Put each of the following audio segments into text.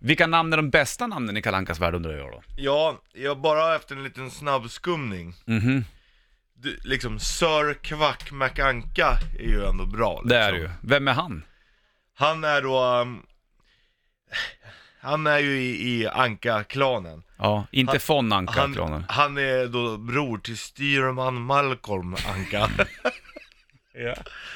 Vilka namn är de bästa namnen i Kalle Ankas värld, undrar jag då? Ja, jag bara efter en liten snabb skumning. Mhm. Liksom Sir Kvack McAnka är ju ändå bra liksom. Det är det ju. Vem är han? Han är då han är ju i Anka-klanen. Ja, inte von Anka-klanen. Han är då bror till styrman Malcolm Anka. Ja.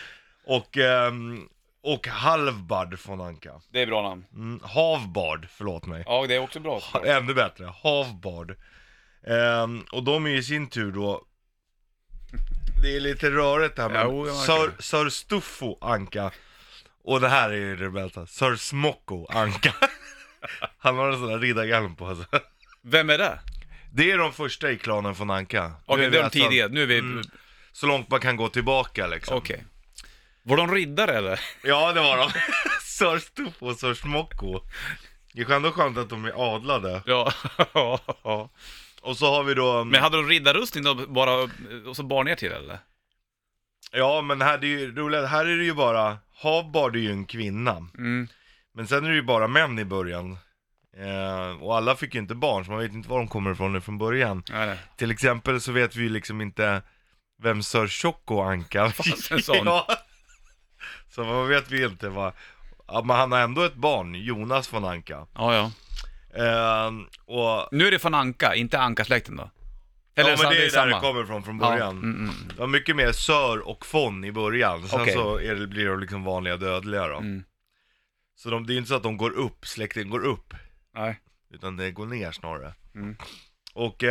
Och Halvbard von Anka. Det är bra namn. Havbard, förlåt mig. Ja, det är också bra. Ännu bättre, Havbard. Och de är i sin tur då, det är lite rörigt det här med Sir Stuffo Anka. Och det här är ju det bästa, Sir Smocko Anka. Han har en sån där riddarhjälm på sig. Vem är det? Det är de första i klanen från Anka. Okej, det är de tidiga. Nu är vi... Så långt man kan gå tillbaka liksom. Okej. Var de riddare eller? Ja, det var de. Sir Stuffo och Sir Smocko. Det är ändå skönt att de är adlade. Ja. Och så har vi då... Men hade de riddarrustning då bara, och så bar ner till eller? Ja, men här är det ju roligt. Här är det ju bara... Havbard är ju en kvinna. Men sen är det ju bara män i början. Och alla fick ju inte barn, så man vet inte var de kommer ifrån från början. Nej. Till exempel så vet vi ju liksom inte vem Sir Choco Anka. Ja. Så man vet vi inte vad. Ja, men han har ändå ett barn, Jonas von Anka. Ja. Och... Nu är det von Anka, inte Anka-släkten då? Eller ja, men det är samma. där det kommer från början. Ja. Det var mycket mer Sir och von i början. Sen så blir det liksom vanliga dödliga då. Så det är inte så att de går upp, släkten går upp. Nej. Utan det går ner snarare. Och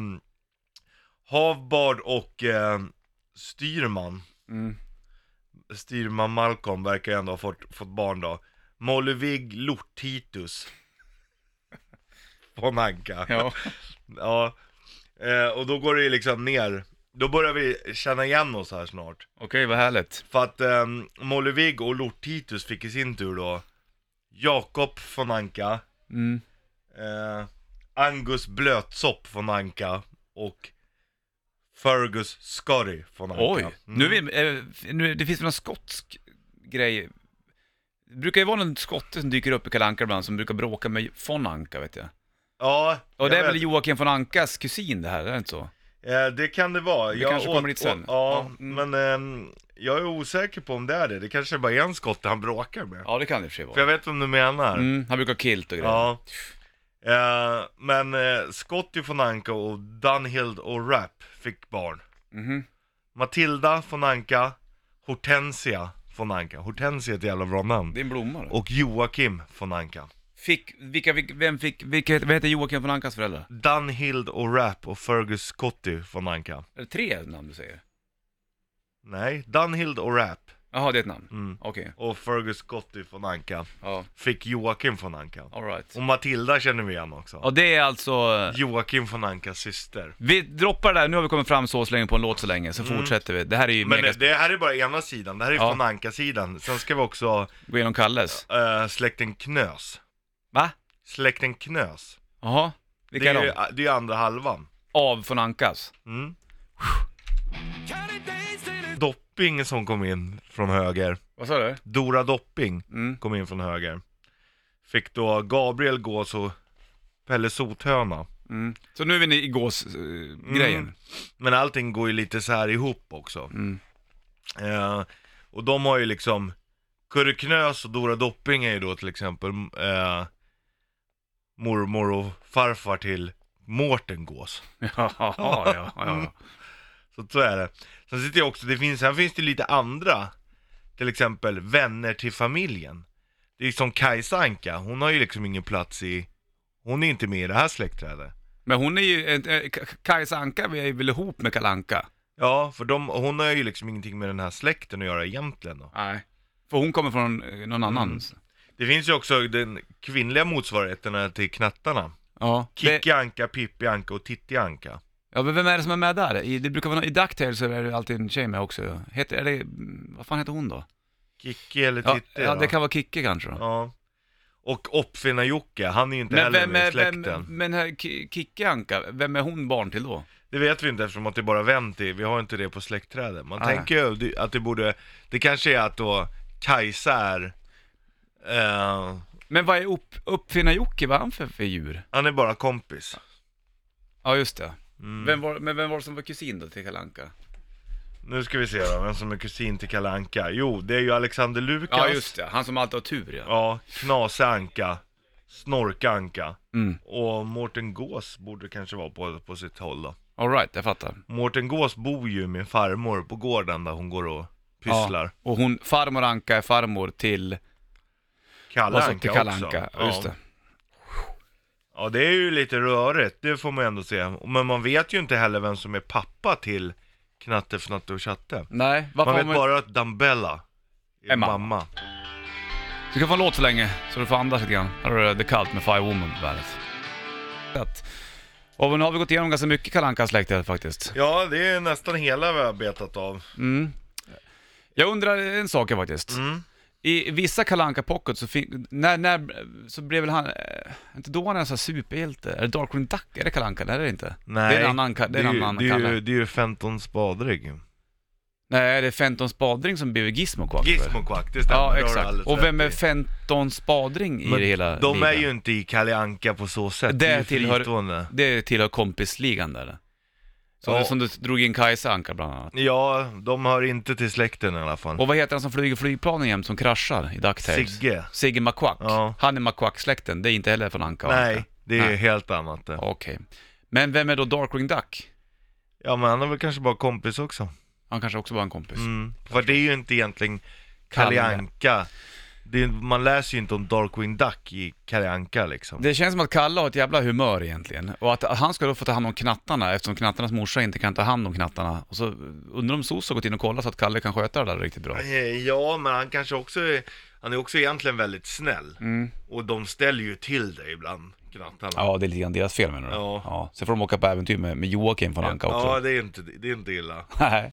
Havbard och styrman. Styrman Malcolm verkar ändå ha fått barn då. Mollevig Lortitus von Anka. Ja. Ja. Och då går det liksom ner. Då börjar vi känna igen oss här snart. Okej, vad härligt. För att Mollevig och Lortitus fick i sin tur då Jakob von Anka, Angus Blötsopp von Anka och Fergus Scotty von Anka. Oj, nu det finns någon skotsk grej. Det brukar ju vara någon skotte som dyker upp i Kalle Anka ibland som brukar bråka med von Anka, vet jag. Ja. Och det är väl Joakim von Ankas kusin det här, är det inte så? Det kan det vara. Det kanske kommer lite sen. Men jag är osäker på om det är det. Det kanske är bara en skotte han bråkar med. Ja, det kan det för sig vara. För jag vet vad du menar. Han brukar kilt och grejer. Ja. Men Scotty von Anka och Dunhild och Rapp fick barn. Matilda von Anka, Hortensia von Anka. Hortensia är ett jävla bra namn. Det är en blomma då. Och Joakim von Anka. Vad heter Joakim von Ankas föräldrar? Dunhild och Rapp och Fergus Scotty von Anka. Är det 3 namn du säger? Nej, Dunhild och Rapp. Jaha, det är ett namn. Okej. Och Fergus Scotty von Anka. Ja. Fick Joakim von Anka. All right. Och Matilda känner vi igen också. Och det är alltså... Joakim von Ankas syster. Vi droppar det där, nu har vi kommit fram så länge på en låt så länge, så fortsätter vi. Det här är ju men det här är bara ena sidan, det här är von Anka-sidan. Sen ska vi också... gå igenom Kalles. Släkten Knös. Va? Släkten Knös. Jaha, vilka är de? Det är andra halvan. Av von Ankas. Dopping som kom in från höger. Vad sa du? Dora Dopping kom in från höger. Fick då Gabriel Gås och Pelle Sothöna. Så nu är vi i gås-grejen. Men allting går ju lite så här ihop också. Och de har ju liksom Kurre Knös och Dora Dopping är ju då till exempel mormor och farfar till Mårten Gås. Ja. Så är det. Sen sitter jag också, sen finns det lite andra. Till exempel vänner till familjen. Det är som Kajsa Anka, hon har ju liksom ingen plats hon är inte med i det här släktträdet. Men hon är ju, Kajsa Anka är väl ihop med Kalle Anka. Ja, för hon har ju liksom ingenting med den här släkten att göra egentligen då. Nej, för hon kommer från någon annan. Det finns ju också den kvinnliga motsvarigheten till knattarna. Ja. Kikki Anka, Pippi Anka och Titti Anka. Ja, men vem är det som är med där? Det brukar vara i DuckTales så är det alltid en tjej med också. Vad fan heter hon då? Kikki eller Titti? Ja, det kan vara Kikki kanske då. Ja. Och Uppfinnar-Jocke, han är ju inte heller med i släkten. Men här Kikki Anka, vem är hon barn till då? Det vet vi inte eftersom att det bara vänt i. Vi har inte det på släktträdet. Man tänker ju att det kanske är att då Kajsa är Men vad är Uppfinnar-Jocke? Vad är han för djur? Han är bara kompis. Ja, just det. Mm. Vem var det som var kusin då till Kalle Anka? Nu ska vi se då, vem som är kusin till Kalle Anka. Jo, det är ju Alexander Lukas. Ja, just det. Han som alltid har tur, ja. Ja, Knase Anka, Snorka Anka. Mm. Och Mårten Gås borde kanske vara på sitt håll då. All right, jag fattar. Mårten Gås bor ju med farmor på gården där hon går och pysslar. Ja, och farmor Anka är farmor till Kalle Anka Kalle också. Anka. Ja, just det. Ja, det är ju lite rörigt, det får man ändå se. Men man vet ju inte heller vem som är pappa till Knatte, Fnatte och Chatte. Nej, Man vet bara att Dambella är mamma. Du kan få en låt så länge, så du får andas lite grann. Här har du The Cult med Fire Woman på bandet. Och nu har vi gått igenom ganska mycket Kalle Ankas släkter faktiskt. Ja, det är nästan hela vi har betat av. Mm. Jag undrar en sak faktiskt. Mm. I vissa Kalle Anka Pocket så så blev väl han inte då han är en sån här superhjälte. Är det Darkwing Duck? Är det Kalle Anka? Nej, det är det inte. Nej, det är en annan Kalle. Det är ju Fenton Spadrig. Nej, det är Fenton Spadring som blir Gizmo Quack. Gizmo Quack, det stämmer. Ja, exakt. Och vem är Fenton Spadring i det hela de ligan? är ju inte i Kalle Anka på så sätt. Det tillhör kompisligan där. Som du drog in Kajsa Anka bland annat. Ja, de hör inte till släkten i alla fall. Och vad heter han som flyger flygplanen jämt som kraschar i DuckTales? Sigge McQuack. Ja. Han är McQuack-släkten, det är inte heller från Anka och Nej, Anka. det är helt annat det. Okej. Men vem är då Darkwing Duck? Ja, men han är väl kanske bara kompis också. Han kanske också var en kompis. För det är ju inte egentligen Kalle Anka. Man läser ju inte om Darkwing Duck i Kalle Anka liksom. Det känns som att Kalle har ett jävla humör egentligen. Och att han ska då få ta hand om knattarna eftersom knattarnas morsa inte kan ta hand om knattarna. Och så undrar om SOS har gått in och kollat så att Kalle kan sköta det där riktigt bra. Ja, men han kanske också han är också egentligen väldigt snäll. Och de ställer ju till det ibland, knattarna. Ja, det är lite grann deras fel menar du? Ja. Så får de åka på äventyr med Joakim från Anka också. Ja, det är inte illa. Nej.